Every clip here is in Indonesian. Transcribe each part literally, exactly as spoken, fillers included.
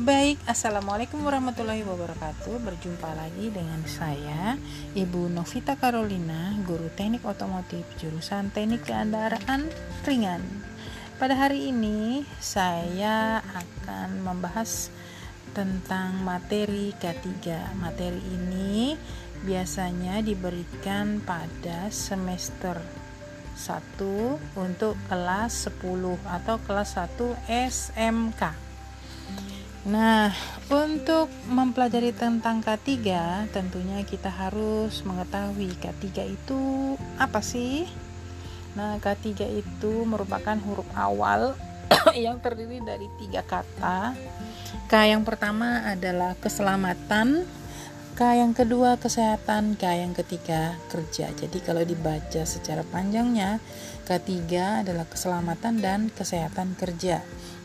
Baik, Assalamualaikum warahmatullahi wabarakatuh. Berjumpa lagi dengan saya, Ibu Novita Carolina, guru teknik otomotif jurusan teknik kendaraan ringan. Pada hari ini, saya akan membahas tentang materi K tiga. Materi ini biasanya diberikan pada semester satu untuk kelas sepuluh atau kelas satu S M K. Nah, untuk mempelajari tentang K tiga, tentunya kita harus mengetahui K tiga itu apa sih? Nah, K tiga itu merupakan huruf awal yang terdiri dari tiga kata. K yang pertama adalah keselamatan, K yang kedua kesehatan, K yang ketiga kerja. Jadi kalau dibaca secara panjangnya, K tiga adalah keselamatan dan kesehatan kerja.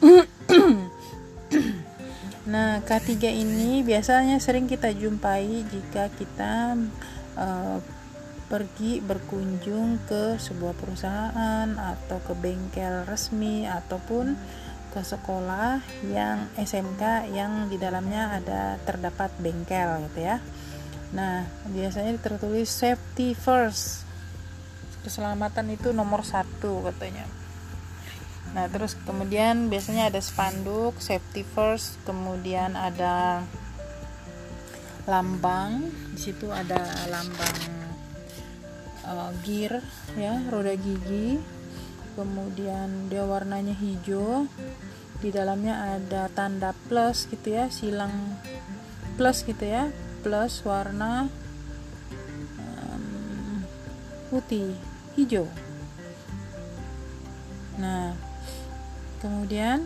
Nah, K tiga ini biasanya sering kita jumpai jika kita uh, pergi berkunjung ke sebuah perusahaan atau ke bengkel resmi ataupun ke sekolah yang S M K yang di dalamnya ada terdapat bengkel gitu ya. Nah, biasanya tertulis safety first. Keselamatan itu nomor satu katanya. Nah, terus kemudian biasanya ada spanduk safety first, kemudian ada lambang, di situ ada lambang uh, gear ya, roda gigi. Kemudian dia warnanya hijau. Di dalamnya ada tanda plus gitu ya, silang plus gitu ya, plus warna um, putih, hijau. Nah, kemudian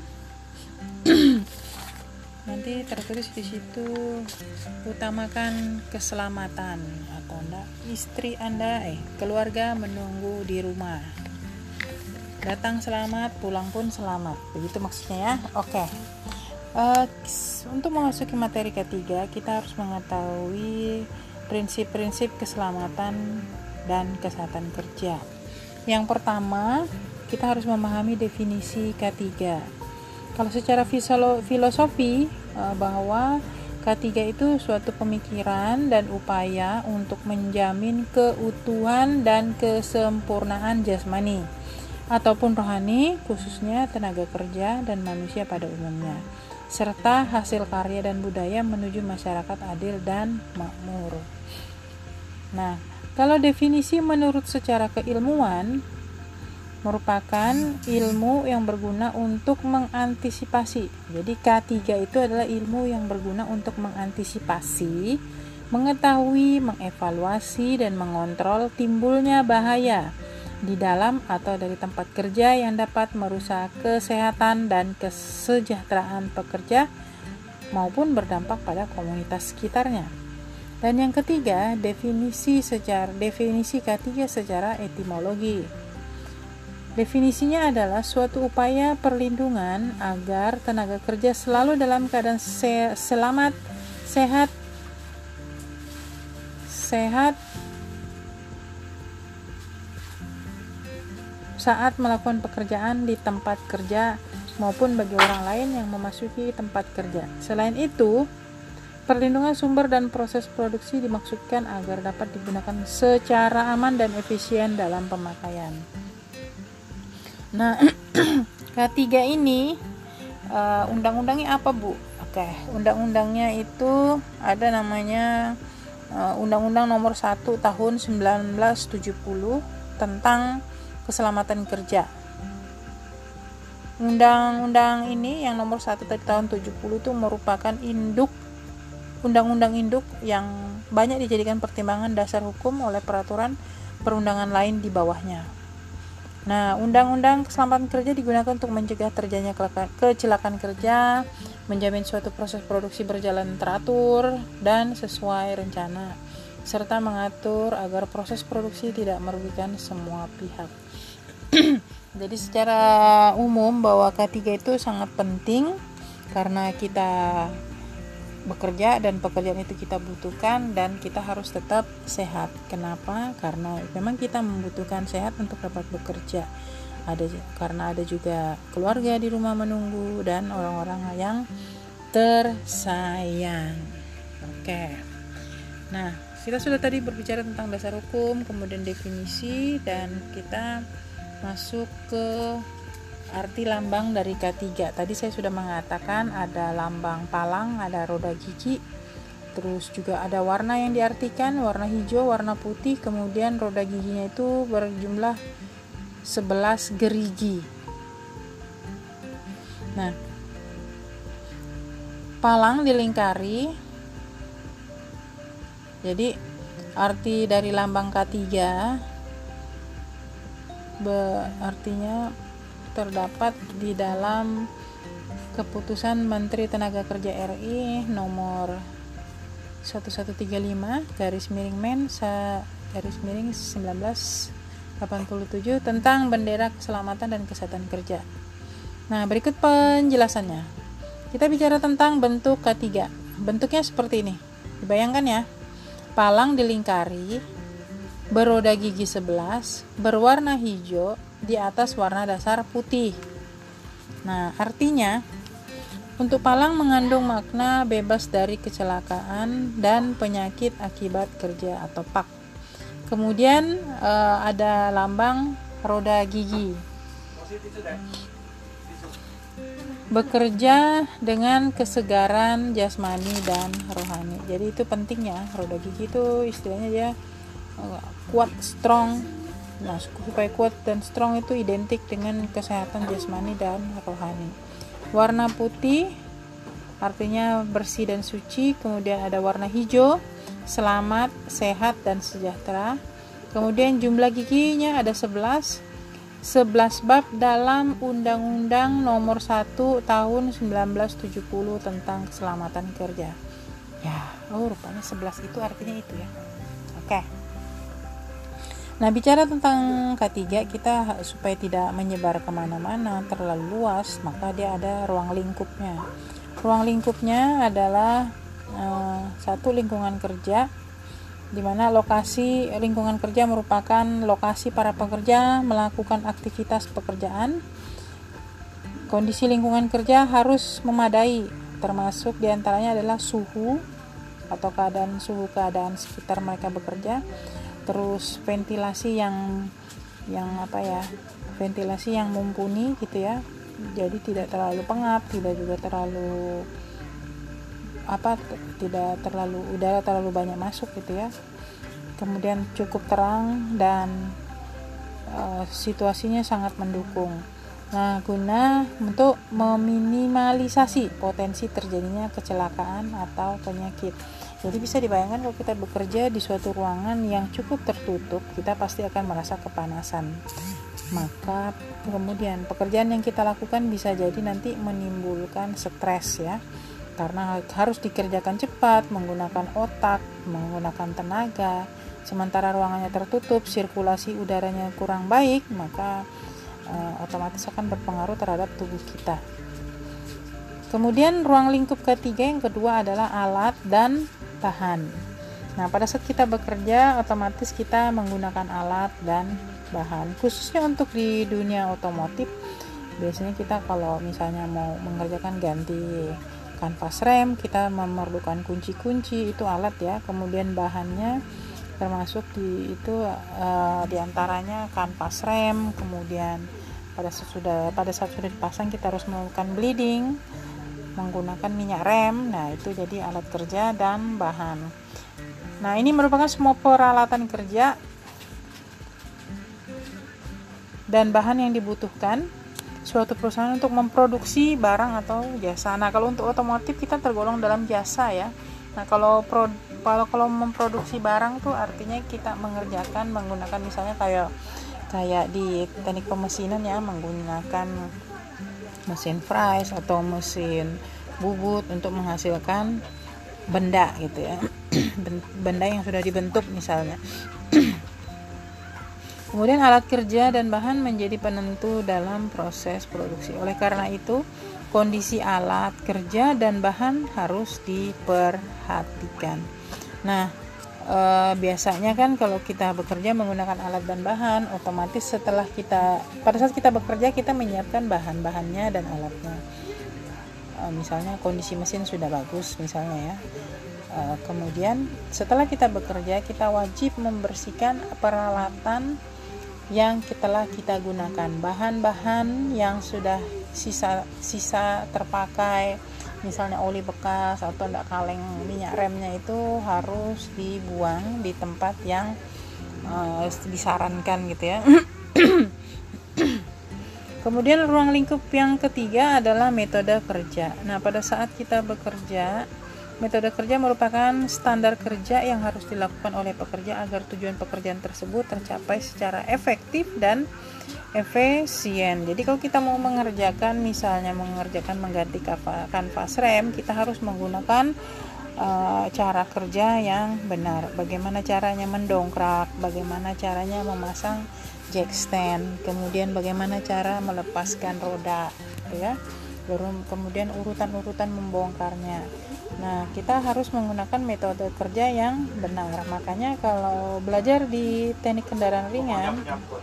nanti tertulis di situ utamakan keselamatan atau enggak istri Anda eh keluarga menunggu di rumah. Datang selamat, pulang pun selamat. Begitu maksudnya ya. Oke. Uh, untuk memasuki materi K tiga, kita harus mengetahui prinsip-prinsip keselamatan dan kesehatan kerja. Yang pertama, kita harus memahami definisi K tiga. Kalau secara filosofi bahwa K tiga itu suatu pemikiran dan upaya untuk menjamin keutuhan dan kesempurnaan jasmani ataupun rohani, khususnya tenaga kerja dan manusia pada umumnya, serta hasil karya dan budaya menuju masyarakat adil dan makmur. Nah, kalau definisi menurut secara keilmuan merupakan ilmu yang berguna untuk mengantisipasi. Jadi K tiga itu adalah ilmu yang berguna untuk mengantisipasi, mengetahui, mengevaluasi, dan mengontrol timbulnya bahaya di dalam atau dari tempat kerja yang dapat merusak kesehatan dan kesejahteraan pekerja maupun berdampak pada komunitas sekitarnya. Dan yang ketiga, definisi secara definisi K tiga secara etimologi. Definisinya adalah suatu upaya perlindungan agar tenaga kerja selalu dalam keadaan se- selamat, sehat, sehat saat melakukan pekerjaan di tempat kerja maupun bagi orang lain yang memasuki tempat kerja. Selain itu, perlindungan sumber dan proses produksi dimaksudkan agar dapat digunakan secara aman dan efisien dalam pemakaian. Nah, K tiga ini uh, undang-undangnya apa, Bu? Oke, undang-undangnya itu ada namanya uh, Undang-Undang Nomor satu Tahun sembilan belas tujuh puluh tentang keselamatan kerja. Undang-undang ini yang nomor satu tahun tujuh puluh itu merupakan induk undang-undang induk yang banyak dijadikan pertimbangan dasar hukum oleh peraturan perundangan lain di bawahnya. Nah, undang-undang keselamatan kerja digunakan untuk mencegah terjadinya kecelakaan kerja, menjamin suatu proses produksi berjalan teratur dan sesuai rencana, serta mengatur agar proses produksi tidak merugikan semua pihak. Jadi secara umum bahwa K tiga itu sangat penting karena kita bekerja dan pekerjaan itu kita butuhkan dan kita harus tetap sehat. Kenapa? Karena memang kita membutuhkan sehat untuk dapat bekerja. Ada karena ada juga keluarga di rumah menunggu dan orang-orang yang tersayang. Oke. Nah, kita sudah tadi berbicara tentang dasar hukum, kemudian definisi, dan kita masuk ke arti lambang dari K tiga. Tadi saya sudah mengatakan ada lambang palang, ada roda gigi, terus juga ada warna yang diartikan, warna hijau, warna putih, kemudian roda giginya itu berjumlah sebelas gerigi. Nah, palang dilingkari. Jadi arti dari lambang K tiga be, artinya terdapat di dalam keputusan Menteri Tenaga Kerja R I nomor seribu tiga puluh lima garis miring men garis miring seribu sembilan ratus delapan puluh tujuh tentang bendera keselamatan dan kesehatan kerja. Nah, berikut penjelasannya. Kita bicara tentang bentuk K tiga. Bentuknya seperti ini. Dibayangkan ya. Palang dilingkari, beroda gigi sebelas, berwarna hijau, di atas warna dasar putih. Nah, artinya untuk palang mengandung makna bebas dari kecelakaan dan penyakit akibat kerja atau P A K. Kemudian eh, ada lambang roda gigi. Bekerja dengan kesegaran jasmani dan rohani. Jadi itu pentingnya roda gigi itu istilahnya dia eh, kuat, strong. Nah, supaya kuat dan strong itu identik dengan kesehatan jasmani dan rohani. Warna putih artinya bersih dan suci. Kemudian ada warna hijau, selamat, sehat dan sejahtera. Kemudian jumlah giginya ada sebelas. sebelas bab dalam Undang-Undang Nomor satu Tahun seribu sembilan ratus tujuh puluh tentang keselamatan kerja. Ya, oh rupanya sebelas itu artinya itu ya. Oke. Nah, bicara tentang K tiga, kita supaya tidak menyebar kemana-mana terlalu luas, maka dia ada ruang lingkupnya. Ruang lingkupnya adalah eh, satu lingkungan kerja, di mana lokasi lingkungan kerja merupakan lokasi para pekerja melakukan aktivitas pekerjaan. Kondisi lingkungan kerja harus memadai, termasuk diantaranya adalah suhu atau keadaan suhu keadaan sekitar mereka bekerja, terus ventilasi yang yang apa ya ventilasi yang mumpuni gitu ya, jadi tidak terlalu pengap, tidak juga terlalu apa tidak terlalu udara terlalu banyak masuk gitu ya. Kemudian cukup terang dan e, situasinya sangat mendukung. Nah, guna untuk meminimalisasi potensi terjadinya kecelakaan atau penyakit. Jadi bisa dibayangkan kalau kita bekerja di suatu ruangan yang cukup tertutup, kita pasti akan merasa kepanasan. Maka kemudian pekerjaan yang kita lakukan bisa jadi nanti menimbulkan stres ya. Karena harus dikerjakan cepat, menggunakan otak, menggunakan tenaga. Sementara ruangannya tertutup, sirkulasi udaranya kurang baik, maka e, otomatis akan berpengaruh terhadap tubuh kita. Kemudian ruang lingkup ketiga yang kedua adalah alat dan bahan. Nah, pada saat kita bekerja, otomatis kita menggunakan alat dan bahan. Khususnya untuk di dunia otomotif, biasanya kita kalau misalnya mau mengerjakan ganti kanvas rem, kita memerlukan kunci-kunci, itu alat ya. Kemudian bahannya termasuk di itu uh, diantaranya kanvas rem. Kemudian pada saat sudah pada saat sudah dipasang kita harus melakukan bleeding menggunakan minyak rem. Nah, itu jadi alat kerja dan bahan. Nah, ini merupakan semua peralatan kerja dan bahan yang dibutuhkan suatu perusahaan untuk memproduksi barang atau jasa. Nah, kalau untuk otomotif kita tergolong dalam jasa ya. Nah, kalau pro, kalau kalau memproduksi barang tuh artinya kita mengerjakan menggunakan misalnya kayak kayak di teknik pemesinan ya, menggunakan mesin fries atau mesin bubut untuk menghasilkan benda gitu ya. Benda yang sudah dibentuk misalnya. Kemudian alat kerja dan bahan menjadi penentu dalam proses produksi. Oleh karena itu, kondisi alat kerja dan bahan harus diperhatikan. Nah, e, biasanya kan kalau kita bekerja menggunakan alat dan bahan, otomatis setelah kita pada saat kita bekerja kita menyiapkan bahan-bahannya dan alatnya. uh, misalnya kondisi mesin sudah bagus misalnya ya. Uh, kemudian setelah kita bekerja, kita wajib membersihkan peralatan yang telah kita gunakan, bahan-bahan yang sudah sisa sisa terpakai, misalnya oli bekas atau enggak kaleng minyak remnya, itu harus dibuang di tempat yang uh, disarankan gitu ya. Kemudian ruang lingkup yang ketiga adalah metode kerja. Nah, pada saat kita bekerja, metode kerja merupakan standar kerja yang harus dilakukan oleh pekerja agar tujuan pekerjaan tersebut tercapai secara efektif dan efisien. Jadi kalau kita mau mengerjakan, misalnya mengerjakan mengganti kanvas rem, kita harus menggunakan uh, cara kerja yang benar. Bagaimana caranya mendongkrak, bagaimana caranya memasang jack stand, kemudian bagaimana cara melepaskan roda, ya. Kemudian urutan-urutan membongkarnya. Nah, kita harus menggunakan metode kerja yang benar. Makanya kalau belajar di teknik kendaraan ringan,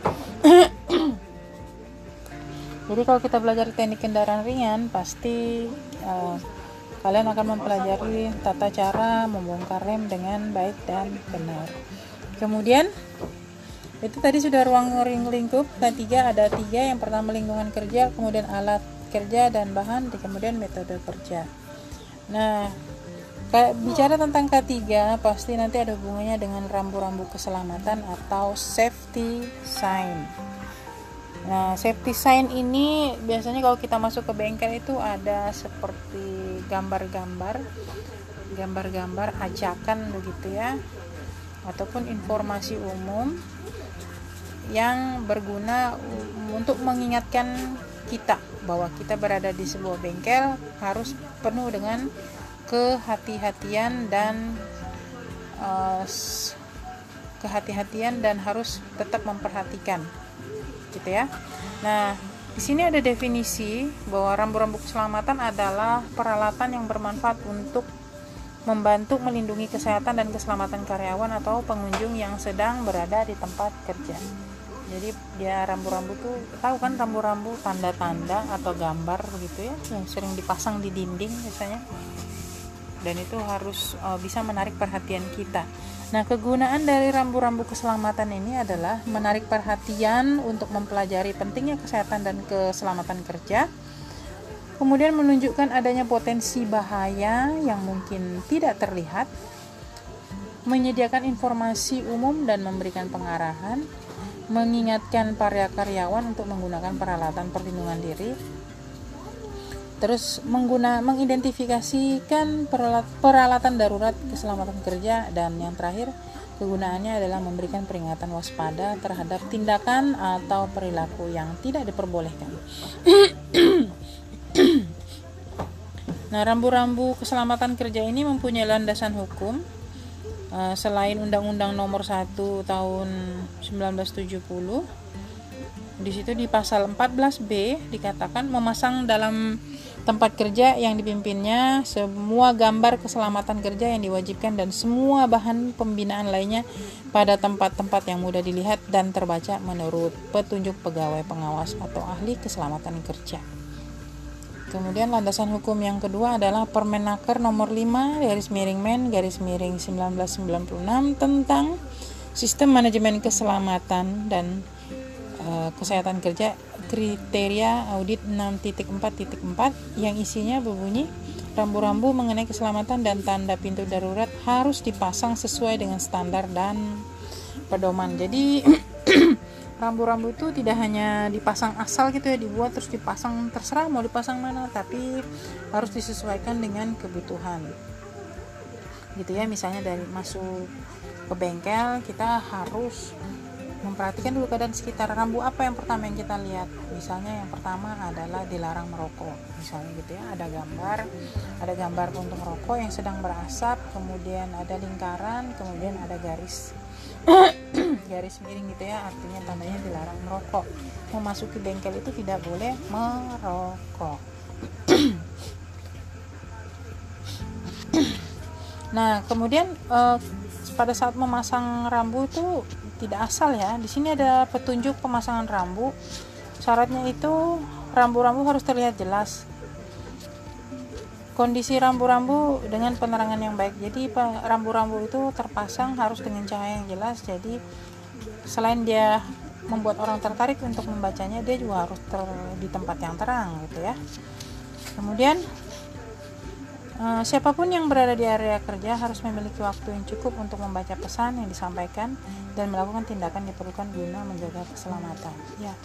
jadi kalau kita belajar di teknik kendaraan ringan, pasti uh, kalian akan mempelajari tata cara membongkar rem dengan baik dan benar. Kemudian itu tadi sudah ruang lingkup. Ketiga ada tiga. Yang pertama lingkungan kerja, kemudian alat kerja dan bahan, kemudian metode kerja. Nah, bicara tentang K tiga, pasti nanti ada hubungannya dengan rambu-rambu keselamatan atau safety sign. Nah, safety sign ini biasanya kalau kita masuk ke bengkel itu ada seperti gambar-gambar, gambar-gambar ajakan begitu ya, ataupun informasi umum yang berguna untuk mengingatkan kita bahwa kita berada di sebuah bengkel harus penuh dengan kehati-hatian dan uh, kehati-hatian dan harus tetap memperhatikan, gitu ya. Nah, di sini ada definisi bahwa rambu-rambu keselamatan adalah peralatan yang bermanfaat untuk membantu melindungi kesehatan dan keselamatan karyawan atau pengunjung yang sedang berada di tempat kerja. Jadi dia rambu-rambu tuh, tahu kan rambu-rambu tanda-tanda atau gambar begitu ya, yang sering dipasang di dinding biasanya. Dan itu harus uh, bisa menarik perhatian kita. Nah, kegunaan dari rambu-rambu keselamatan ini adalah menarik perhatian untuk mempelajari pentingnya kesehatan dan keselamatan kerja. Kemudian menunjukkan adanya potensi bahaya yang mungkin tidak terlihat. Menyediakan informasi umum dan memberikan pengarahan. Mengingatkan para karyawan untuk menggunakan peralatan perlindungan diri. Terus mengguna, mengidentifikasikan peralatan darurat keselamatan kerja. Dan yang terakhir, kegunaannya adalah memberikan peringatan waspada terhadap tindakan atau perilaku yang tidak diperbolehkan. Nah, rambu-rambu keselamatan kerja ini mempunyai landasan hukum. Uh, selain Undang-Undang Nomor satu Tahun sembilan belas tujuh puluh, di situ di pasal empat belas B dikatakan memasang dalam tempat kerja yang dipimpinnya semua gambar keselamatan kerja yang diwajibkan dan semua bahan pembinaan lainnya pada tempat-tempat yang mudah dilihat dan terbaca menurut petunjuk pegawai pengawas atau ahli keselamatan kerja. Kemudian landasan hukum yang kedua adalah Permenaker nomor lima garis miring Men garis miring seribu sembilan ratus sembilan puluh enam tentang sistem manajemen keselamatan dan e, kesehatan kerja kriteria audit enam titik empat titik empat yang isinya berbunyi rambu-rambu mengenai keselamatan dan tanda pintu darurat harus dipasang sesuai dengan standar dan pedoman. Jadi rambu-rambu itu tidak hanya dipasang asal gitu ya, dibuat terus dipasang terserah mau dipasang mana, tapi harus disesuaikan dengan kebutuhan gitu ya. Misalnya dari masuk ke bengkel kita harus memperhatikan dulu keadaan sekitar. Rambu apa yang pertama yang kita lihat? Misalnya yang pertama adalah dilarang merokok misalnya gitu ya, ada gambar ada gambar puntung rokok yang sedang berasap, kemudian ada lingkaran, kemudian ada garis garis miring gitu ya, artinya tandanya dilarang merokok. Memasuki bengkel itu tidak boleh merokok. Nah, kemudian eh, pada saat memasang rambu itu tidak asal ya. Di sini ada petunjuk pemasangan rambu. Syaratnya itu rambu-rambu harus terlihat jelas. kondisi rambu-rambu dengan penerangan yang baik. Jadi rambu-rambu itu terpasang harus dengan cahaya yang jelas. Jadi selain dia membuat orang tertarik untuk membacanya, dia juga harus ter, di tempat yang terang gitu ya. Kemudian Uh, siapapun yang berada di area kerja harus memiliki waktu yang cukup untuk membaca pesan yang disampaikan dan melakukan tindakan diperlukan guna menjaga keselamatan. Ya.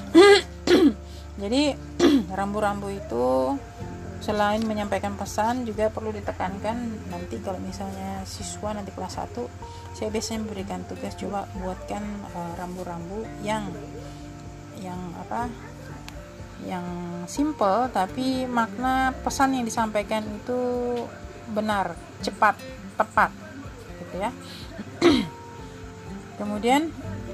Jadi rambu-rambu itu selain menyampaikan pesan juga perlu ditekankan. Nanti kalau misalnya siswa nanti kelas satu, saya biasanya memberikan tugas coba buatkan uh, rambu-rambu yang yang apa? yang simple tapi makna pesan yang disampaikan itu benar, cepat, tepat gitu ya. Kemudian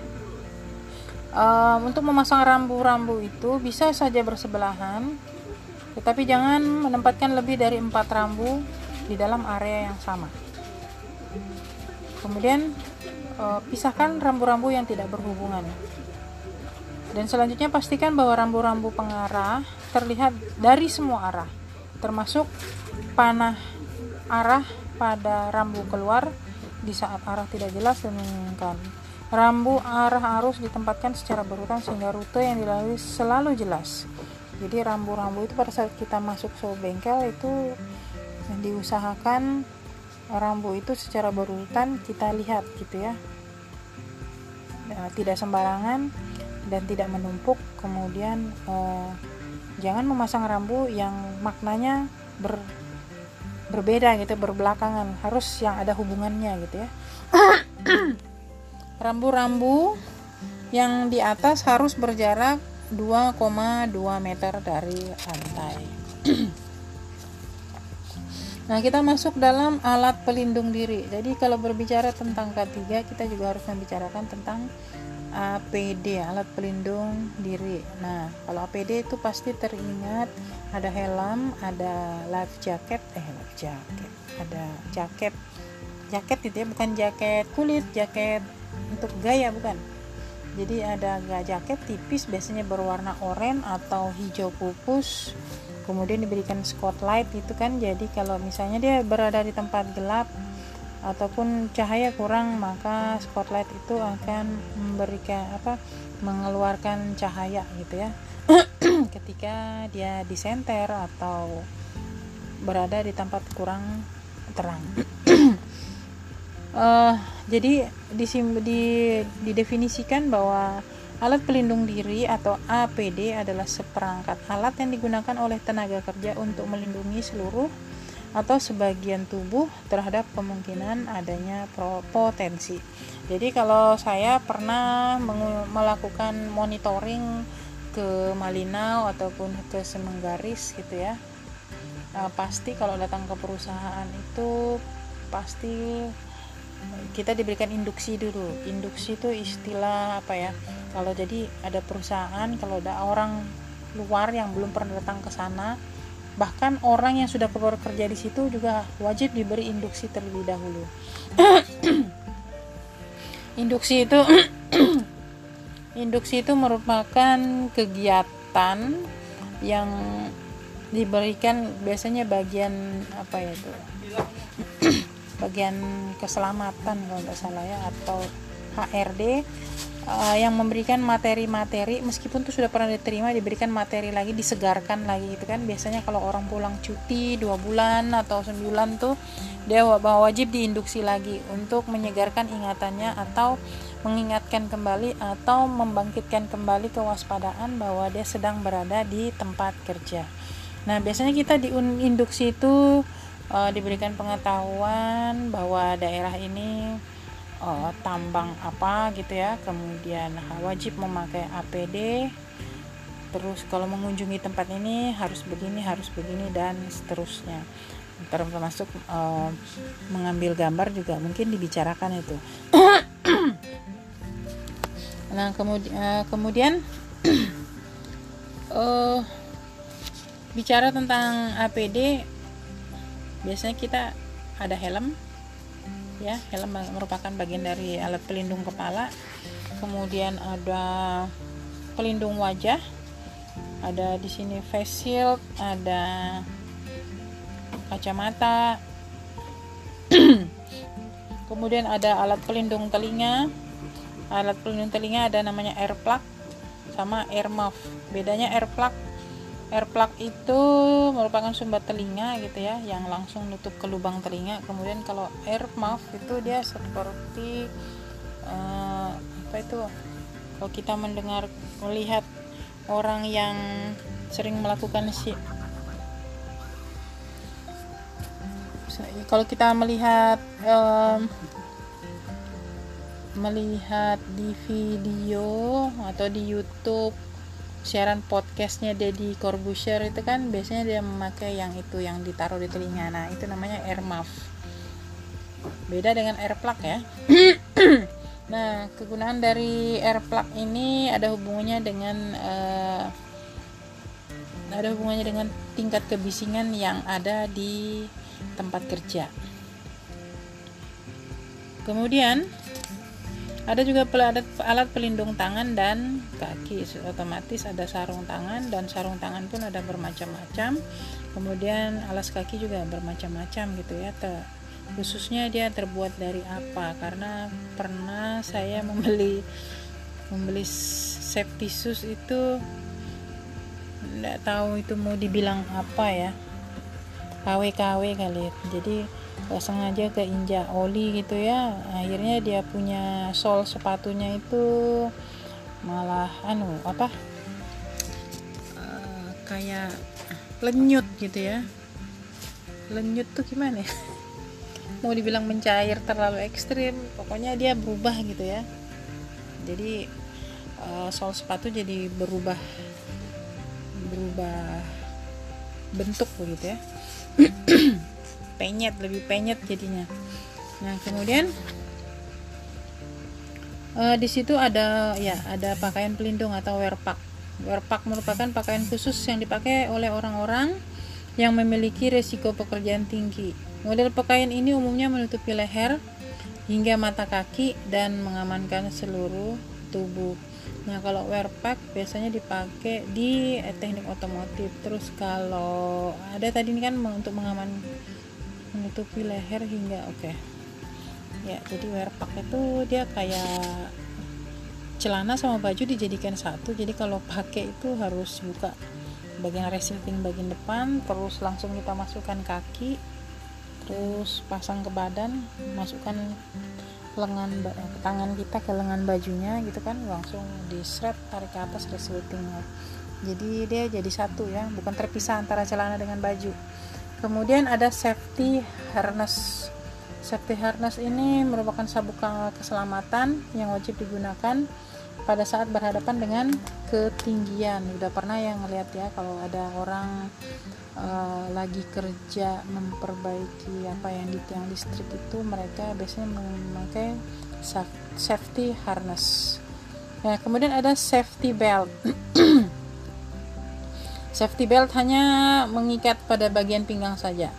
um, untuk memasang rambu-rambu itu bisa saja bersebelahan, tetapi jangan menempatkan lebih dari empat rambu di dalam area yang sama. Kemudian uh, pisahkan rambu-rambu yang tidak berhubungan. Dan selanjutnya pastikan bahwa rambu-rambu pengarah terlihat dari semua arah, termasuk panah arah pada rambu keluar di saat arah tidak jelas dan membingungkan. Rambu arah arus ditempatkan secara berurutan sehingga rute yang dilalui selalu jelas. Jadi rambu-rambu itu pada saat kita masuk ke bengkel itu diusahakan rambu itu secara berurutan kita lihat gitu ya. Nah, tidak sembarangan dan tidak menumpuk. Kemudian eh, jangan memasang rambu yang maknanya ber, berbeda gitu, berbelakangan, harus yang ada hubungannya gitu ya. Rambu-rambu yang di atas harus berjarak dua koma dua meter dari lantai. Nah, kita masuk dalam alat pelindung diri. Jadi kalau berbicara tentang K tiga, kita juga harus membicarakan tentang A P D, alat pelindung diri. Nah, kalau A P D itu pasti teringat ada helm, ada life jacket, eh life jacket, ada jaket, jaket itu ya, bukan jaket kulit, jaket untuk gaya bukan. Jadi ada jaket tipis, biasanya berwarna oranye atau hijau pupus. Kemudian diberikan spotlight itu kan, jadi kalau misalnya dia berada di tempat gelap ataupun cahaya kurang, maka spotlight itu akan memberikan apa mengeluarkan cahaya gitu ya. Ketika dia disenter atau berada di tempat kurang terang. uh, jadi di, di, didefinisikan bahwa alat pelindung diri atau A P D adalah seperangkat alat yang digunakan oleh tenaga kerja untuk melindungi seluruh atau sebagian tubuh terhadap kemungkinan adanya potensi. Jadi kalau saya pernah mengu- melakukan monitoring ke Malinau ataupun ke Semenggaris gitu ya, nah, pasti kalau datang ke perusahaan itu pasti kita diberikan induksi dulu. Induksi itu istilah apa ya, kalau jadi ada perusahaan, kalau ada orang luar yang belum pernah datang ke sana, bahkan orang yang sudah bekerja di situ juga wajib diberi induksi terlebih dahulu. Induksi itu induksi itu merupakan kegiatan yang diberikan biasanya bagian apa ya itu bagian keselamatan kalau tidak salah ya, atau H R D uh, yang memberikan materi-materi, meskipun itu sudah pernah diterima, diberikan materi lagi, disegarkan lagi gitu kan. Biasanya kalau orang pulang cuti dua bulan atau sembilan tuh dia wajib diinduksi lagi untuk menyegarkan ingatannya atau mengingatkan kembali atau membangkitkan kembali kewaspadaan bahwa dia sedang berada di tempat kerja. Nah, biasanya kita di induksi itu uh, diberikan pengetahuan bahwa daerah ini uh, tambang apa gitu ya, kemudian wajib memakai A P D, terus kalau mengunjungi tempat ini harus begini, harus begini, dan seterusnya. Termasuk uh, mengambil gambar juga mungkin dibicarakan itu. Nah, kemudian uh, kemudian uh, bicara tentang A P D, biasanya kita ada helm ya, helm merupakan bagian dari alat pelindung kepala. Kemudian ada pelindung wajah, ada di sini face shield, ada kacamata. Kemudian ada alat pelindung telinga. Alat pelindung telinga ada namanya ear plug sama ear muff. Bedanya ear plug, ear plug itu merupakan sumber telinga gitu ya, yang langsung nutup ke lubang telinga. Kemudian kalau ear muff itu dia seperti uh, apa itu? Kalau kita mendengar, melihat orang yang sering melakukan si kalau kita melihat um, melihat di video atau di YouTube siaran podcastnya Deddy Corbuzier itu kan biasanya dia memakai yang itu yang ditaruh di telinga. Nah itu namanya ear muff, beda dengan ear plug ya. Nah kegunaan dari ear plug ini ada hubungannya dengan uh, ada hubungannya dengan tingkat kebisingan yang ada di tempat kerja. Kemudian ada juga alat, alat pelindung tangan dan kaki. Otomatis ada sarung tangan, dan sarung tangan pun ada bermacam-macam. Kemudian alas kaki juga bermacam-macam gitu ya. Ter, khususnya dia terbuat dari apa? Karena pernah saya membeli membeli safety shoes itu, nggak tahu itu mau dibilang apa ya, K W K W kali ya. Jadi gak sengaja keinjak oli gitu ya, akhirnya dia punya sol sepatunya itu malah anu apa uh, kayak lenyut gitu ya. Lenyut tuh gimana ya, mau dibilang mencair terlalu ekstrim, pokoknya dia berubah gitu ya. Jadi uh, sol sepatu jadi berubah berubah bentuk begitu ya. Penyet, lebih penyet jadinya. Nah kemudian uh, di situ ada ya ada pakaian pelindung atau wear pack. Wear pack merupakan pakaian khusus yang dipakai oleh orang-orang yang memiliki resiko pekerjaan tinggi. Model pakaian ini umumnya menutupi leher hingga mata kaki dan mengamankan seluruh tubuh. Nah kalau wear pack biasanya dipakai di eh, teknik otomotif. Terus kalau ada tadi ini kan untuk mengaman menutupi leher hingga oke okay. Ya jadi wear pack itu dia kayak celana sama baju dijadikan satu. Jadi kalau pakai itu harus buka bagian resleting bagian depan, terus langsung kita masukkan kaki, terus pasang ke badan, masukkan lengan tangan kita ke lengan bajunya gitu kan, langsung di strap, tarik ke atas resletingnya. Jadi dia jadi satu ya, bukan terpisah antara celana dengan baju. Kemudian ada safety harness. Safety harness ini merupakan sabuk keselamatan yang wajib digunakan pada saat berhadapan dengan ketinggian. Udah pernah yang ngeliat ya kalau ada orang uh, lagi kerja memperbaiki apa yang di tiang listrik itu, mereka biasanya memakai safety harness. Nah, kemudian ada safety belt. Safety belt hanya mengikat pada bagian pinggang saja.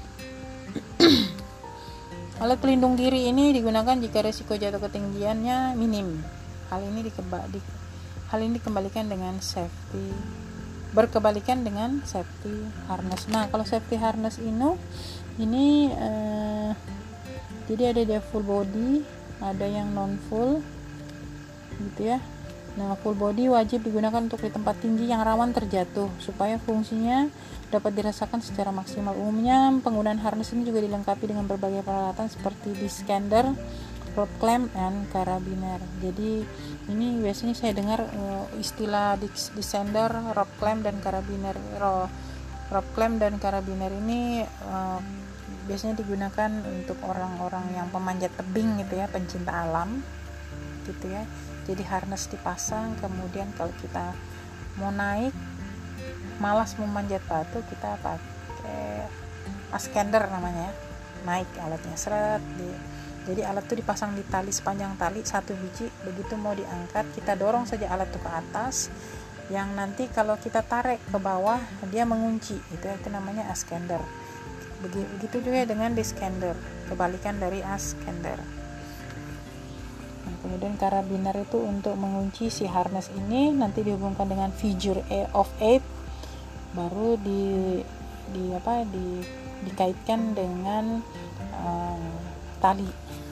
Alat pelindung diri ini digunakan jika risiko jatuh ketinggiannya minim. Hal ini dikeba, di, hal ini dikembalikan dengan safety berkebalikan dengan safety harness. Nah, kalau safety harness ini ini eh, jadi ada dia full body, ada yang non full gitu ya. Nah, full body wajib digunakan untuk di tempat tinggi yang rawan terjatuh supaya fungsinya dapat dirasakan secara maksimal. Umumnya penggunaan harness ini juga dilengkapi dengan berbagai peralatan seperti descender, rope clamp, dan karabiner. Jadi ini biasanya saya dengar uh, istilah descender, rope clamp, dan karabiner. Rope clamp dan karabiner ini uh, biasanya digunakan untuk orang-orang yang pemanjat tebing gitu ya, pencinta alam gitu ya. Jadi harness dipasang, kemudian kalau kita mau naik malas memanjat batu, kita pakai ascender namanya, naik alatnya seret di, jadi alat itu dipasang di tali sepanjang tali satu biji. Begitu mau diangkat kita dorong saja alat itu ke atas, yang nanti kalau kita tarik ke bawah dia mengunci, itu itu namanya ascender. Begitu juga dengan descender, kebalikan dari ascender. Nah, kemudian karabiner itu untuk mengunci si harness ini, nanti dihubungkan dengan figure of eight, baru di di apa di dikaitkan dengan uh, tali.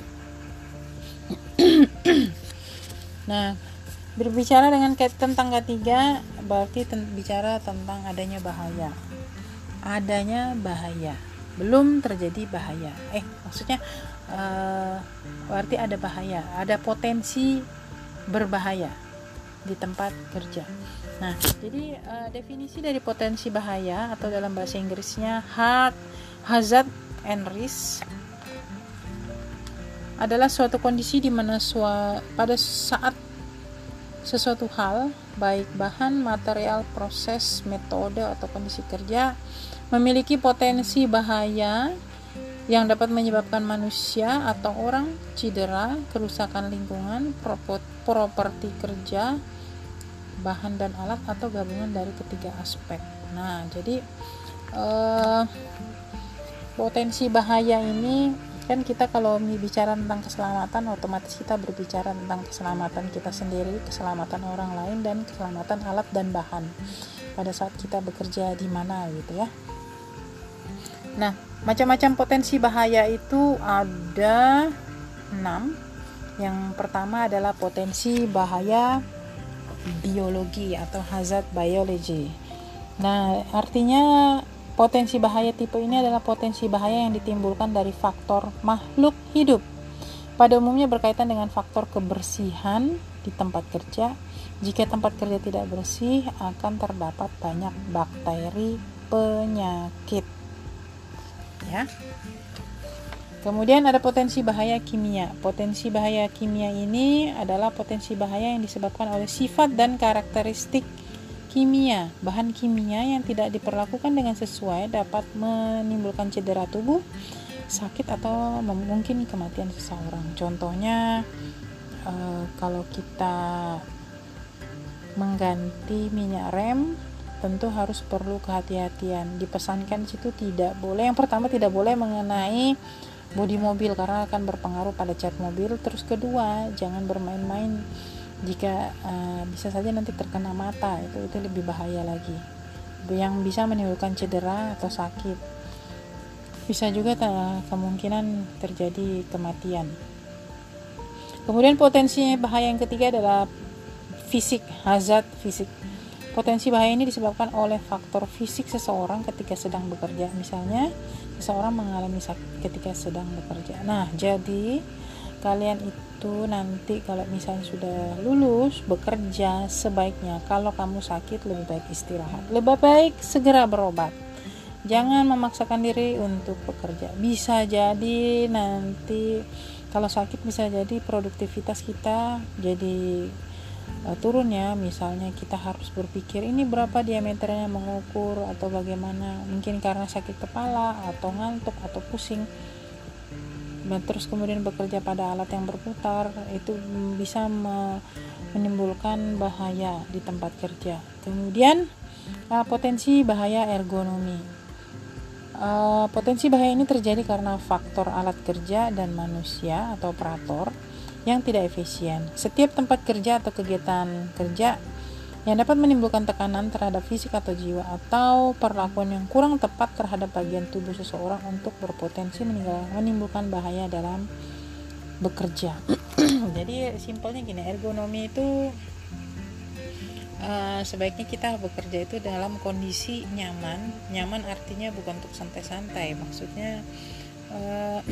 Nah, berbicara dengan tentang ketiga berarti ten- bicara tentang adanya bahaya. Adanya bahaya. Belum terjadi bahaya. Eh, maksudnya uh, berarti ada bahaya, ada potensi berbahaya di tempat kerja. Nah, jadi uh, definisi dari potensi bahaya atau dalam bahasa Inggrisnya hazard and risk adalah suatu kondisi di mana sua, pada saat sesuatu hal, baik bahan, material, proses, metode atau kondisi kerja memiliki potensi bahaya yang dapat menyebabkan manusia atau orang cedera, kerusakan lingkungan, properti kerja, bahan dan alat atau gabungan dari ketiga aspek. Nah, jadi eh, potensi bahaya ini kan kita kalau bicara tentang keselamatan otomatis kita berbicara tentang keselamatan kita sendiri, keselamatan orang lain dan keselamatan alat dan bahan pada saat kita bekerja di mana gitu ya. Nah, macam-macam potensi bahaya itu ada enam. Yang pertama adalah potensi bahaya biologi atau hazard biology. Nah, artinya potensi bahaya tipe ini adalah potensi bahaya yang ditimbulkan dari faktor makhluk hidup. Pada umumnya berkaitan dengan faktor kebersihan di tempat kerja. Jika tempat kerja tidak bersih, akan terdapat banyak bakteri penyakit. Ya. Kemudian ada potensi bahaya kimia. Potensi bahaya kimia ini adalah potensi bahaya yang disebabkan oleh sifat dan karakteristik kimia. Bahan kimia yang tidak diperlakukan dengan sesuai dapat menimbulkan cedera tubuh, sakit atau mungkin kematian seseorang. Contohnya eh, kalau kita mengganti minyak rem tentu harus perlu kehati-hatian. Dipesankan situ tidak boleh. Yang pertama tidak boleh mengenai bodi mobil karena akan berpengaruh pada cat mobil. Terus kedua, jangan bermain-main jika uh, bisa saja nanti terkena mata, itu itu lebih bahaya lagi, yang bisa menimbulkan cedera atau sakit. Bisa juga ta- kemungkinan terjadi kematian. Kemudian potensi bahaya yang ketiga adalah fisik, hazard fisik. Potensi bahaya ini disebabkan oleh faktor fisik seseorang ketika sedang bekerja. Misalnya, seseorang mengalami sakit ketika sedang bekerja. Nah, jadi kalian itu nanti kalau misalnya sudah lulus bekerja, sebaiknya kalau kamu sakit lebih baik istirahat. Lebih baik segera berobat. Jangan memaksakan diri untuk bekerja. Bisa jadi nanti kalau sakit bisa jadi produktivitas kita jadi Uh, turun ya. Misalnya kita harus berpikir ini berapa diameternya mengukur atau bagaimana, mungkin karena sakit kepala atau ngantuk atau pusing, dan terus kemudian bekerja pada alat yang berputar, itu bisa me- menimbulkan bahaya di tempat kerja. Kemudian uh, potensi bahaya ergonomi. Uh, potensi bahaya ini terjadi karena faktor alat kerja dan manusia atau operator yang tidak efisien. Setiap tempat kerja atau kegiatan kerja yang dapat menimbulkan tekanan terhadap fisik atau jiwa atau perlakuan yang kurang tepat terhadap bagian tubuh seseorang untuk berpotensi menimbulkan bahaya dalam bekerja. Jadi simpelnya gini, ergonomi itu uh, sebaiknya kita bekerja itu dalam kondisi nyaman. Nyaman artinya bukan untuk santai-santai, maksudnya uh,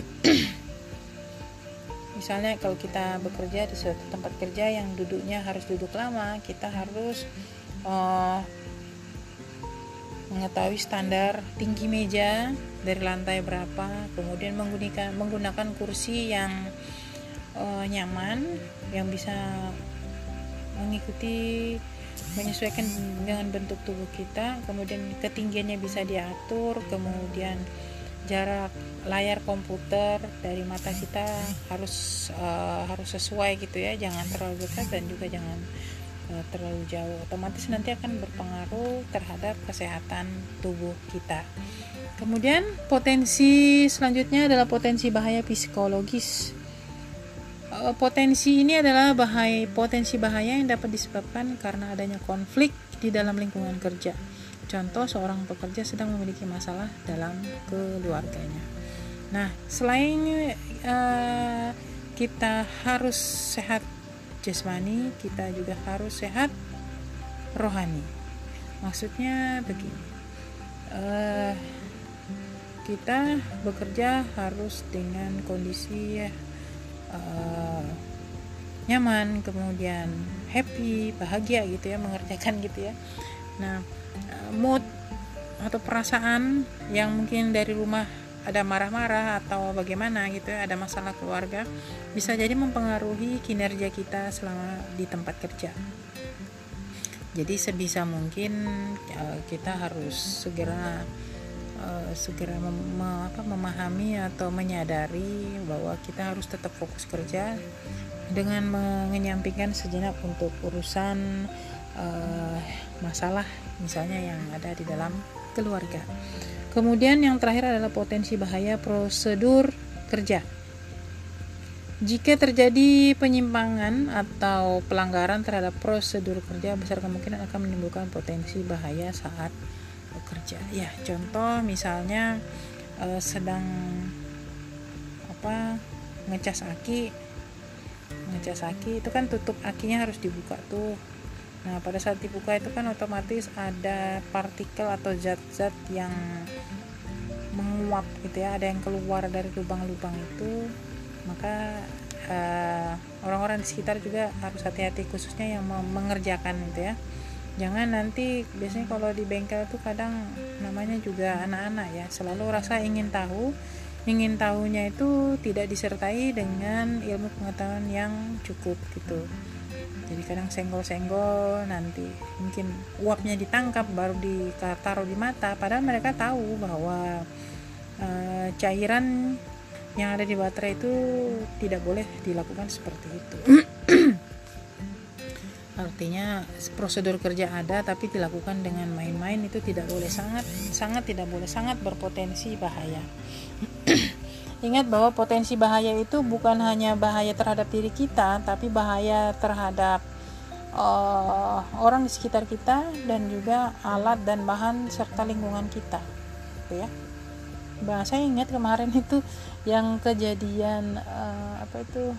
misalnya kalau kita bekerja di suatu tempat kerja yang duduknya harus duduk lama, kita harus uh, mengetahui standar tinggi meja dari lantai berapa, kemudian menggunakan menggunakan kursi yang uh, nyaman, yang bisa mengikuti menyesuaikan dengan bentuk tubuh kita, kemudian ketinggiannya bisa diatur, kemudian jarak layar komputer dari mata kita harus uh, harus sesuai gitu ya, jangan terlalu dekat dan juga jangan uh, terlalu jauh. Otomatis nanti akan berpengaruh terhadap kesehatan tubuh kita. Kemudian potensi selanjutnya adalah potensi bahaya psikologis. Uh, potensi ini adalah bahaya potensi bahaya yang dapat disebabkan karena adanya konflik di dalam lingkungan kerja. contoh seorang pekerja sedang memiliki masalah dalam keluarganya. Nah, selain uh, kita harus sehat jasmani, kita juga harus sehat rohani. Maksudnya begini, uh, kita bekerja harus dengan kondisi uh, nyaman, kemudian happy, bahagia gitu ya, mengerjakan gitu ya. Nah, mood atau perasaan yang mungkin dari rumah ada marah-marah atau bagaimana gitu ya, ada masalah keluarga, bisa jadi mempengaruhi kinerja kita selama di tempat kerja. Jadi sebisa mungkin kita harus segera uh, segera mem- apa, memahami atau menyadari bahwa kita harus tetap fokus kerja dengan menyampingkan sejenak untuk urusan uh, masalah misalnya yang ada di dalam keluarga. Kemudian yang terakhir adalah potensi bahaya prosedur kerja. Jika terjadi penyimpangan atau pelanggaran terhadap prosedur kerja, besar kemungkinan akan menimbulkan potensi bahaya saat bekerja. Ya, contoh misalnya uh, sedang apa ngecas aki ngecas aki itu kan tutup akinya harus dibuka tuh. Nah, pada saat dibuka itu kan otomatis ada partikel atau zat-zat yang menguap gitu ya, ada yang keluar dari lubang-lubang itu. Maka uh, orang-orang di sekitar juga harus hati-hati, khususnya yang mengerjakan gitu ya. Jangan nanti, biasanya kalau di bengkel tuh kadang namanya juga anak-anak ya, selalu rasa ingin tahu. Ingin tahunya itu tidak disertai dengan ilmu pengetahuan yang cukup gitu. Jadi kadang senggol-senggol, nanti mungkin uapnya ditangkap baru ditaruh di mata, padahal mereka tahu bahwa e, cairan yang ada di baterai itu tidak boleh dilakukan seperti itu. Artinya prosedur kerja ada tapi dilakukan dengan main-main, itu tidak boleh, sangat sangat tidak boleh, sangat berpotensi bahaya. Ingat bahwa potensi bahaya itu bukan hanya bahaya terhadap diri kita, tapi bahaya terhadap uh, orang di sekitar kita dan juga alat dan bahan serta lingkungan kita, gitu ya. Bahasa ingat kemarin itu yang kejadian uh, apa itu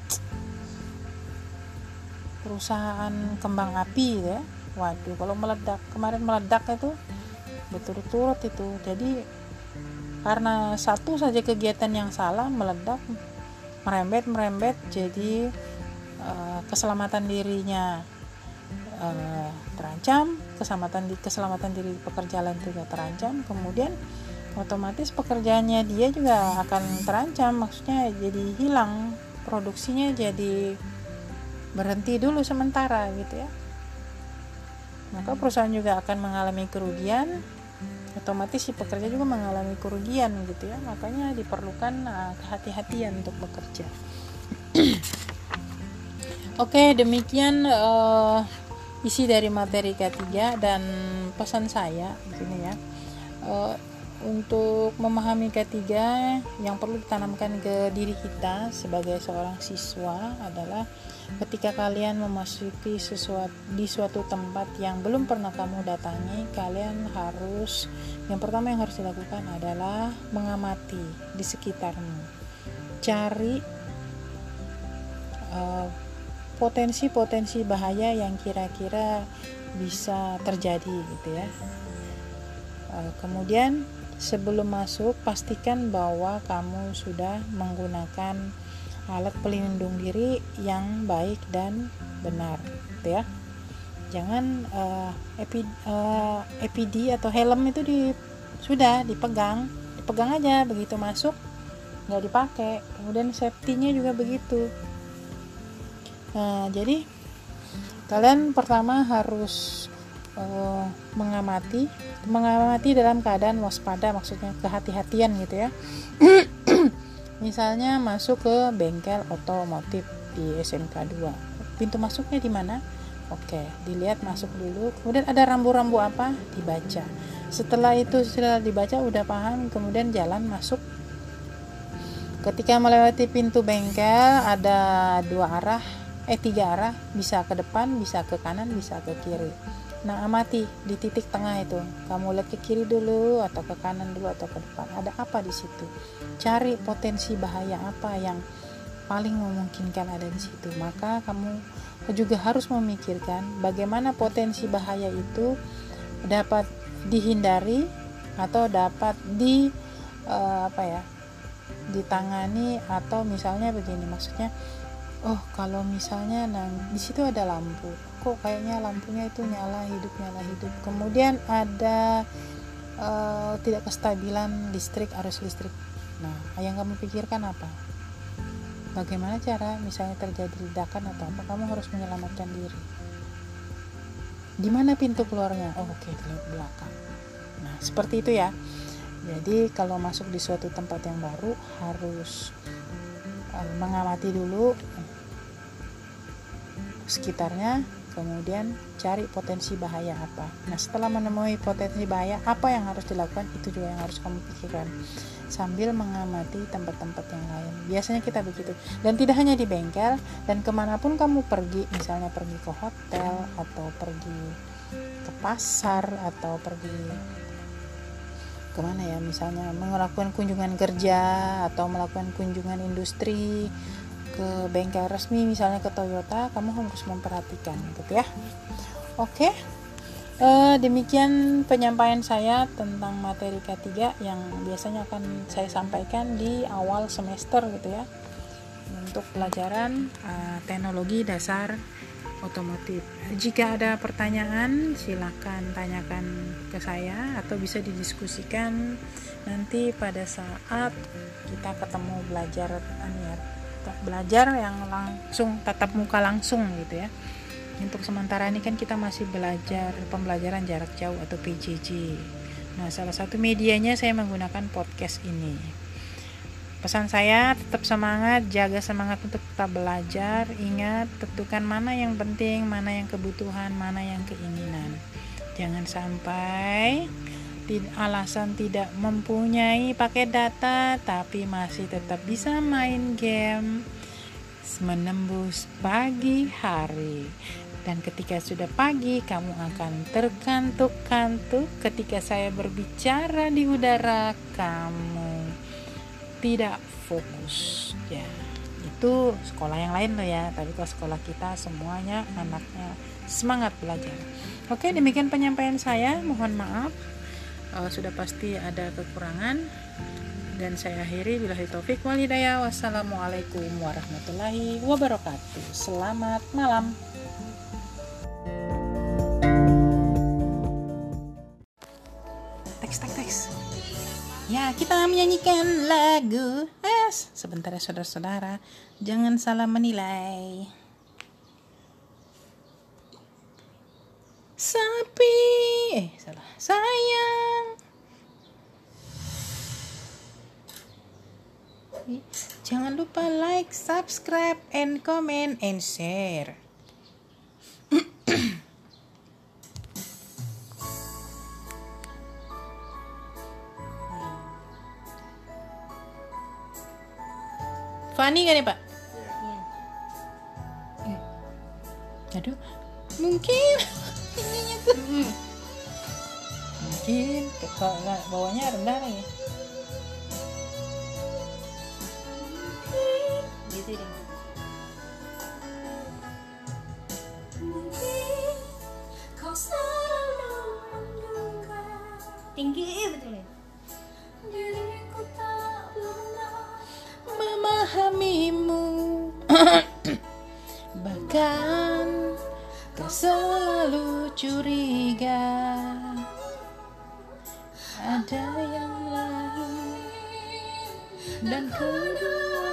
perusahaan kembang api ya. Waduh, kalau meledak kemarin meledak itu berturut-turut itu. Jadi karena satu saja kegiatan yang salah meledak, merembet-merembet, jadi uh, keselamatan dirinya uh, terancam, keselamatan di keselamatan diri pekerja lain juga terancam, kemudian otomatis pekerjaannya dia juga akan terancam, maksudnya jadi hilang, produksinya jadi berhenti dulu sementara gitu ya. Maka perusahaan juga akan mengalami kerugian, otomatis si pekerja juga mengalami kerugian gitu ya. Makanya diperlukan uh, kehati-hatian untuk bekerja. Oke, demikian uh, isi dari materi ketiga dan pesan saya di sini ya. Uh, untuk memahami ketiga, yang perlu ditanamkan ke diri kita sebagai seorang siswa adalah ketika kalian memasuki sesuatu di suatu tempat yang belum pernah kamu datangi, kalian harus, yang pertama yang harus dilakukan adalah mengamati di sekitarmu, cari uh, potensi-potensi bahaya yang kira-kira bisa terjadi gitu ya. Uh, kemudian sebelum masuk, pastikan bahwa kamu sudah menggunakan alat pelindung diri yang baik dan benar, gitu ya. Jangan uh, epi, uh, E P D atau helm itu di, sudah dipegang, dipegang aja, begitu masuk nggak dipakai. Kemudian safety-nya juga begitu. Nah, jadi kalian pertama harus uh, mengamati, mengamati dalam keadaan waspada, maksudnya kehati-hatian gitu ya. Misalnya masuk ke bengkel otomotif di S M K dua, pintu masuknya di mana? Oke, dilihat masuk dulu. Kemudian ada rambu-rambu apa? Dibaca. Setelah itu setelah dibaca udah paham, kemudian jalan masuk. Ketika melewati pintu bengkel ada dua arah, eh tiga arah, bisa ke depan, bisa ke kanan, bisa ke kiri. Nah, amati di titik tengah itu. Kamu lihat ke kiri dulu atau ke kanan dulu atau ke depan. Ada apa di situ? Cari potensi bahaya apa yang paling memungkinkan ada di situ. Maka kamu juga harus memikirkan bagaimana potensi bahaya itu dapat dihindari atau dapat di uh, apa ya? ditangani. Atau misalnya begini, maksudnya oh kalau misalnya nah, di situ ada lampu, kok kayaknya lampunya itu nyala hidup nyala hidup, kemudian ada uh, tidak kestabilan listrik, arus listrik. Nah, yang kamu pikirkan apa? Bagaimana cara misalnya terjadi ledakan atau apa, kamu harus menyelamatkan diri. Di mana pintu keluarnya? Oh oke, okay, di belakang. Nah seperti itu ya. Jadi kalau masuk di suatu tempat yang baru harus uh, mengamati dulu sekitarnya, kemudian cari potensi bahaya apa. Nah setelah menemui potensi bahaya apa yang harus dilakukan, itu juga yang harus kamu pikirkan sambil mengamati tempat-tempat yang lain. Biasanya kita begitu, dan tidak hanya di bengkel, dan kemanapun kamu pergi, misalnya pergi ke hotel atau pergi ke pasar atau pergi kemana ya, misalnya melakukan kunjungan kerja atau melakukan kunjungan industri, ke bengkel resmi misalnya ke Toyota, kamu harus memperhatikan gitu ya. Oke, e, demikian penyampaian saya tentang materi K tiga yang biasanya akan saya sampaikan di awal semester gitu ya, untuk pelajaran e, teknologi dasar otomotif. Jika ada pertanyaan silakan tanyakan ke saya atau bisa didiskusikan nanti pada saat kita ketemu belajar ya, belajar yang langsung tatap muka langsung gitu ya. Untuk sementara ini kan kita masih belajar pembelajaran jarak jauh atau P J J. Nah, salah satu medianya saya menggunakan podcast ini. Pesan saya tetap semangat, jaga semangat untuk tetap belajar. Ingat, tentukan mana yang penting, mana yang kebutuhan, mana yang keinginan. Jangan sampai alasan tidak mempunyai paket data tapi masih tetap bisa main game menembus pagi hari, dan ketika sudah pagi kamu akan terkantuk-kantuk ketika saya berbicara di udara, kamu tidak fokus ya. Itu sekolah yang lain loh ya, tapi kalau sekolah kita semuanya anaknya semangat belajar. Oke, demikian penyampaian saya, mohon maaf Uh, sudah pasti ada kekurangan, dan saya akhiri billahi taufik wal hidayah. Wassalamualaikum warahmatullahi wabarakatuh. Selamat malam. Teks teks teks. Ya, kita menyanyikan lagu. Eh, sebentar ya saudara-saudara, jangan salah menilai. Sapi, eh salah, sayang. Jangan lupa like, subscribe, and comment, and share. Funny kan ya Pak? Iya. Aduh, mungkin ininya tuh hmm. mungkin kalau bawahnya rendah lagi gitu deh. Tinggi betul ya. Memahamimu bahkan kau selalu curiga ada yang lain, dan kedua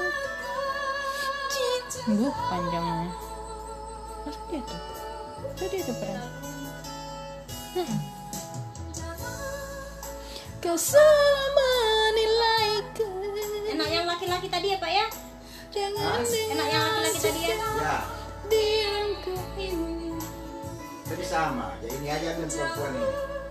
gue panjangnya masa dia tuh itu dia tuh peran hmm. Kau selalu menilaiku. Enak yang laki-laki tadi ya Pak ya? Jangan enak yang laki-laki tadi ya? Ya. Diangku ini. Jadi sama, jadi ini aja dengan perempuan ini.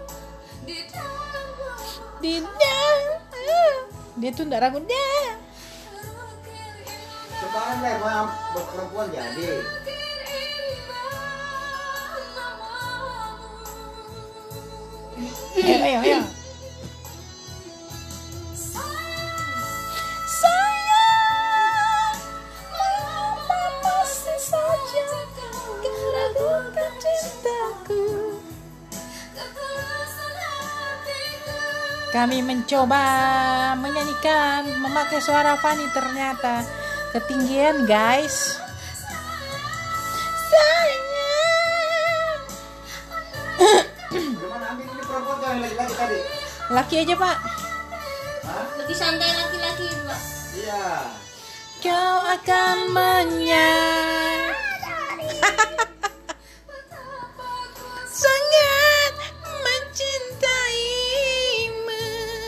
Tidak. Dia tuh enggak ragu dia. Sekarang deh mau perempuan jadi. Ayo, ayo, ayo. Sayang, mengapa masih saja kau ragukan cintaku? Kami mencoba menyanyikan, memakai suara Fanny, ternyata ketinggian, guys. Gimana ambil ini perempuan yang laki-laki tadi? Laki aja, Pak. Hah? Lebih santai laki-laki, Pak. Iya. Kau akan menyadari sangat mencintaimu.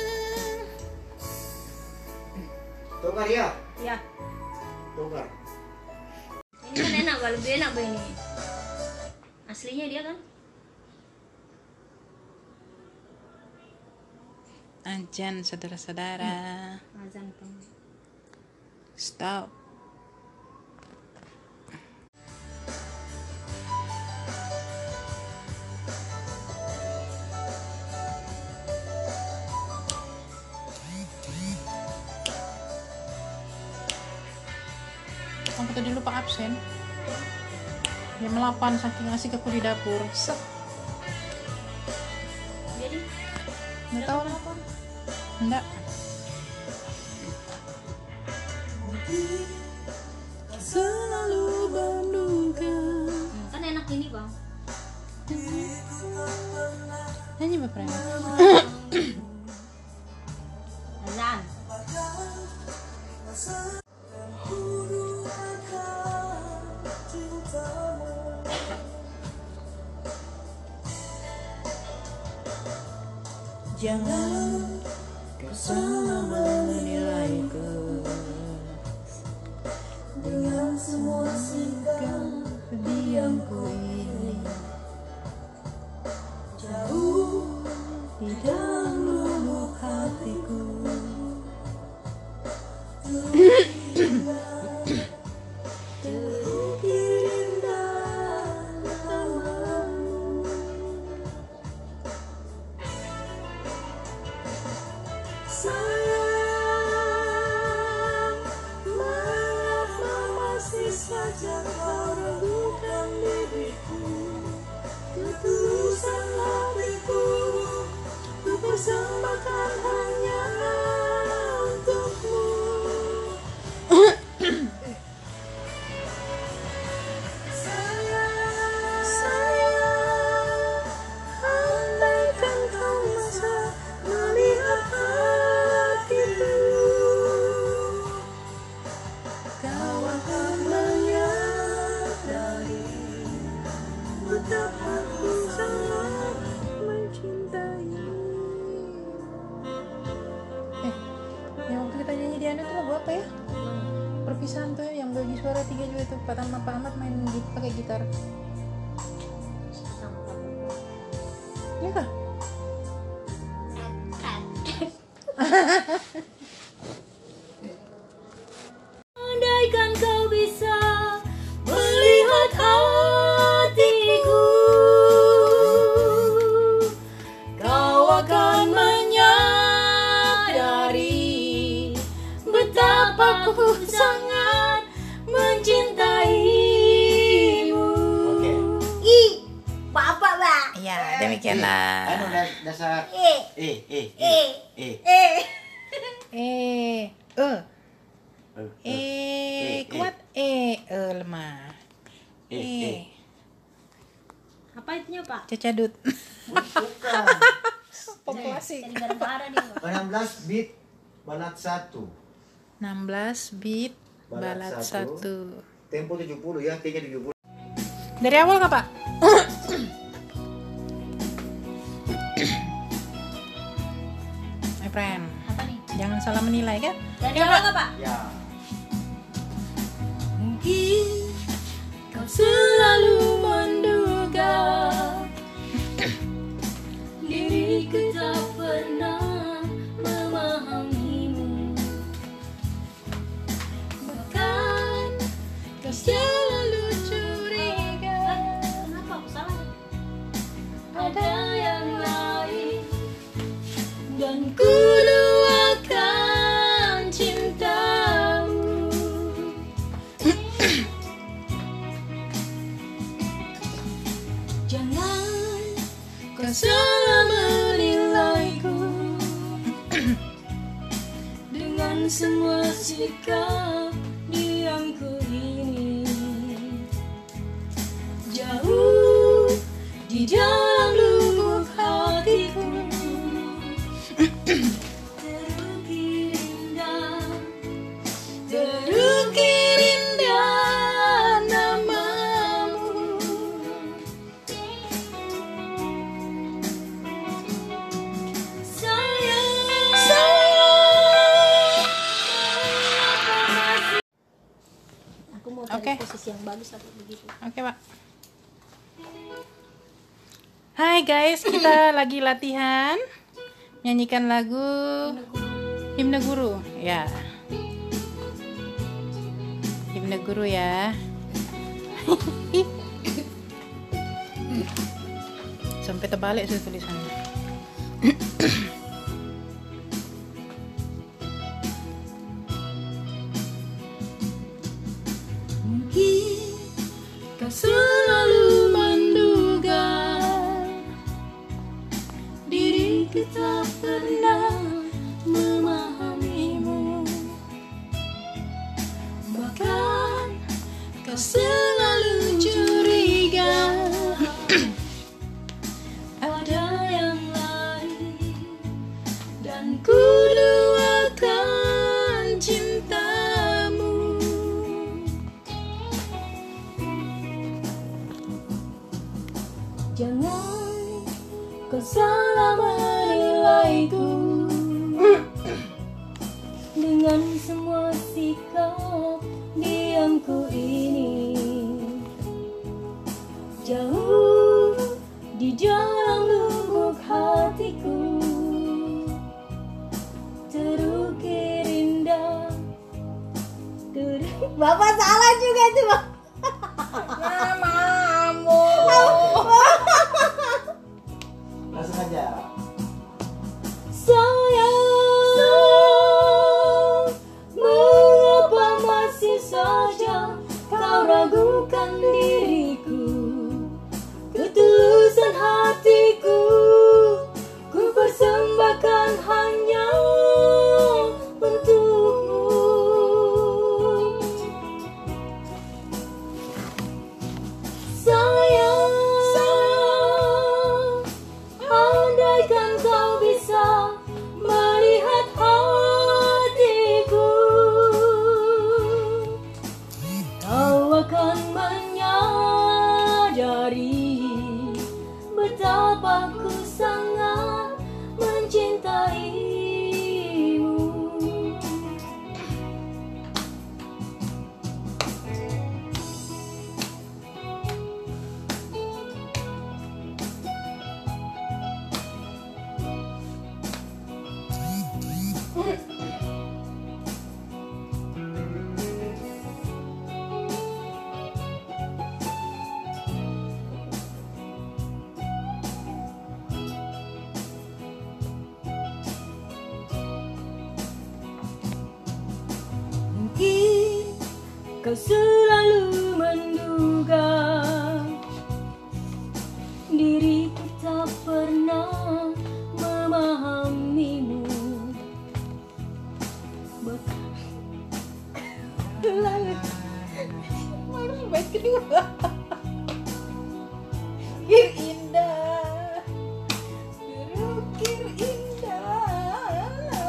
Tunggar ya? Ya. Tunggar. Ini kan enak, Pak. Lebih enak, Pak, ini. Aslinya dia kan. Ajan, saudara-saudara. Azan, Pak. Stop. Aku tadi lupa absen. Jam delapan saking asik aku di dapur. Set. Jadi, Nggak tahu lah. Enggak. Selalu menduga. hmm, kan enak ini, Bang. Nyanyi Bapak Rem. Azan. Jangan kau salah menilaiku dengan semua sikap diamku ini. Jauh di dalam lubuk hatiku. Terukir indah namamu. Sayang, mengapa masih saja kau ragukan diriku? Ketulusan hatiku ku persembahkan hanya untukmu. Sayang, sayang, andaikan kau masa melihat hatiku, kau akan menyadari betapa ku sangat mencintai. Eh, yang waktu kita nyanyi di Anda tuh lagu apa ya? Perpisahan tuh yang bagi suara tiga juga tuh. Pak Ahmad, Pak Ahmad main git- pakai gitar. Iya kah? Andaikan kau bisa melihat hatiku, kau akan menyadari betapa ku sangat mencintaimu. Oke. Ih, bapak, Pak. Iya, demikianlah. Anu das- dasar Eh, eh eh eh, eh eh eh. Eh, eh, eh eh, kuat, eh, eh, lemah. eh eh. Eh, Apa itunya, Pak? cacadut. Bukan. Populasi. Jadi gara-gara dia, Pak. enam belas bit balat satu. enam belas bit Balat balat satu. satu. Tempo tujuh puluh ya, kayaknya tujuh puluh. Dari awal kah, Pak? My friend, Apa nih? jangan salah menilai kan? Dari Ya, awal Pak. nggak, Pak? Ya. Mungkin kau selalu menduga diriku tak pernah memahamimu. Bahkan Kau selalu curiga kenapa aku salah? Ada yang lain salah menilaiku dengan semua sikap diamku ini. Jauh di dalam lubuk hatiku terukir indah, terukir indah namamu. Sayang, sayang. Aku mau cari Oke. posisi yang bagus atau begitu. Oke, Pak. Hai guys, kita lagi latihan nyanyikan lagu Himne Guru. Ya. Himne Guru ya. Sampai terbalik sih tulisannya. Mungkin kau selalu menduga diriku tak pernah memahamimu. Bahkan kau selalu curiga ada yang lain, dan ku doakan cintamu. Jangan kau salah menilaiku dengan semua sikap diamku ini. Jauh di dalam lubuk hatiku terukir indah, terukir. Bapak salah juga tuh, Bang. Namamu. Langsung aja. Sayang, mengapa masih saja kau ragukan diriku? Ketulusan hatiku ku persembahkan hanya untukmu. Sayang, sayang, andaikan kau bisa melihat hatiku, kau akan menyadari betapa ku sangat mencintaimu. Mungkin kau selalu menduga diriku tak pernah memahamimu. Bahkan langit harus baik kedua. Kir indah, terukir indah.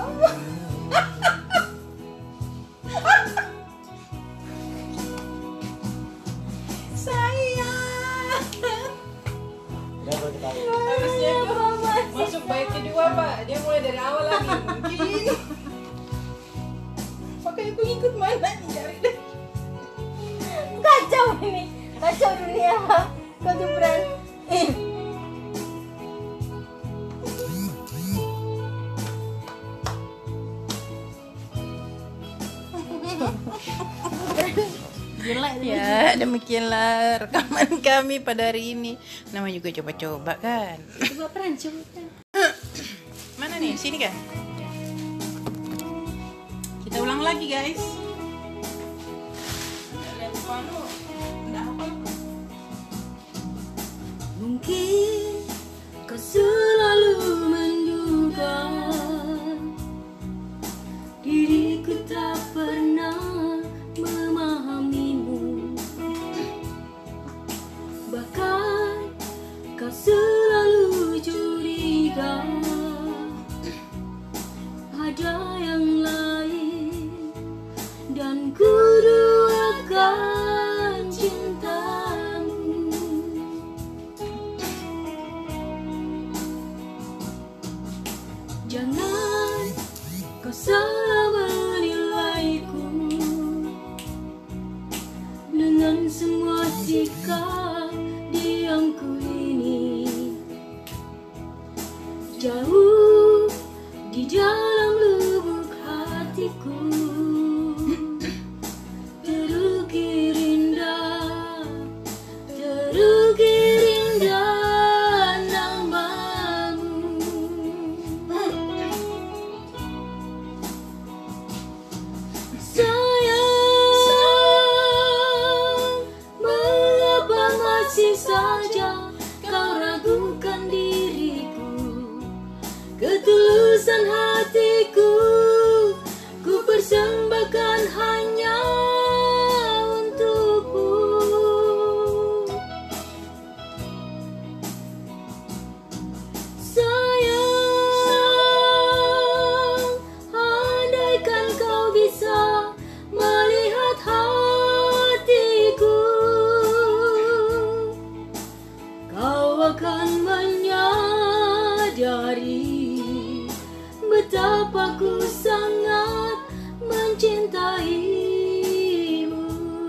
Sayang, Kenapa kita? Harusnya itu masuk baik kedua, Pak. Dia mulai dari awal lagi. Mungkin. Makanya aku ikut mana nih cari deh. kacau ini, kacau dunia. Kau tuh beran. Eh. Gila ini. Ya, demikianlah rekaman kami pada hari ini. Nama juga coba-coba kan. Coba peran, coba peran. Mana nih? Sini kan? Kita ulang lagi, guys. Lihat panu. Udah apa? Mungkin kau selalu Jangan kau salah menilaiku dengan semua sikap diamku ini. Jauh di dalam lubuk hatiku terukir indah, terukir indah namamu. Sayang, mengapa masih saja kau ragukan diriku? Ketulusan hatiku ku persembahkan hanya untukmu. Sayang, andaikan kau bisa melihat hatiku, kau akan menyadari betapa ku sangat mencintaimu.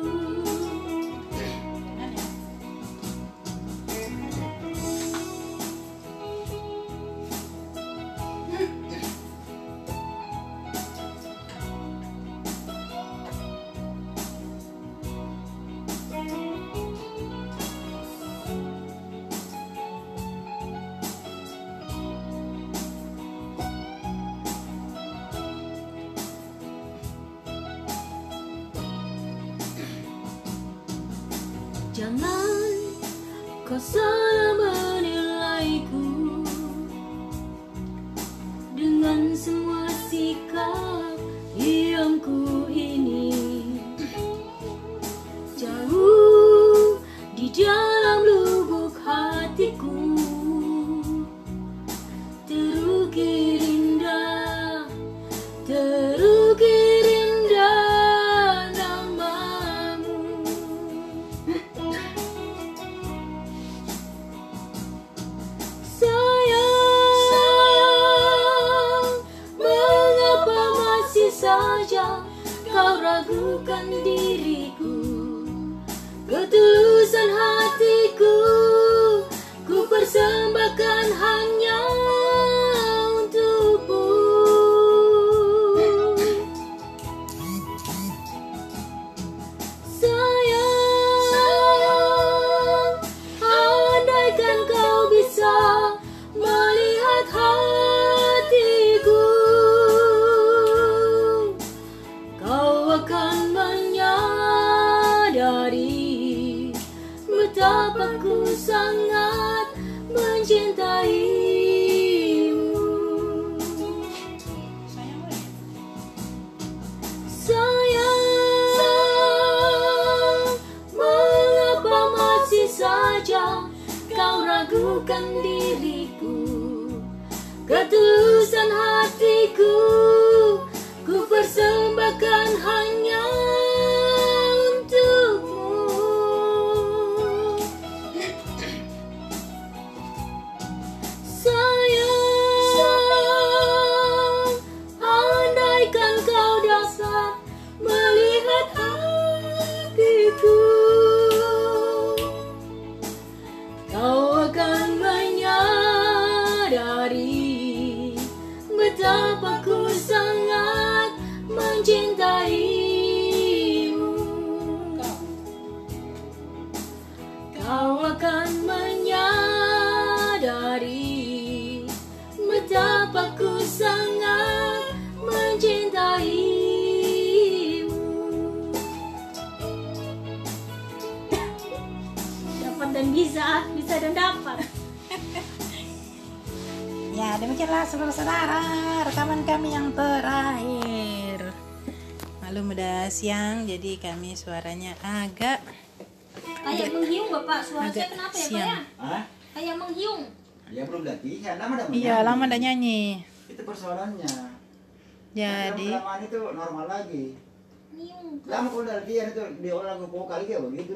Jangan kau salah menilaiku dengan semua sikap diamku ini. Jauh di dalam lubuk hatiku terukir indah, terukir indah namamu. Sayang, mengapa masih saja kau ragukan diriku? Ketulusan hatiku ku persembahkan hanya untukmu. Sayang, andaikan kau bisa melihat hatiku, kau akan menyadari betapa ku sangat mencintaimu. Sayang, mengapa masih saja kau ragukan diriku? Ketulusan hatiku ku persembahkan hanya untukmu. Sayang, andaikan kau dapat melihat hatiku, kau akan menyadari betapa ku sangat mencintaimu. Kau akan menyadari betapa ku sangat mencintaimu. Dapat dan bisa, bisa dan dapat. Ya, demikianlah saudara-saudara rekaman kami yang terakhir. Maklum udah siang, jadi kami suaranya agak Kayak menghiung Bapak, suara agak saya kenapa ya Pak siang. ya? Hah? Kayak menghiung. Ya belum latihan, lama dah Iya, menyanyi. lama udah nyanyi. Itu persoalannya. Jadi Lama-lamaan itu normal lagi. Menghiung. Lama kalau udah latihan itu diolah lagu vokal dia begitu.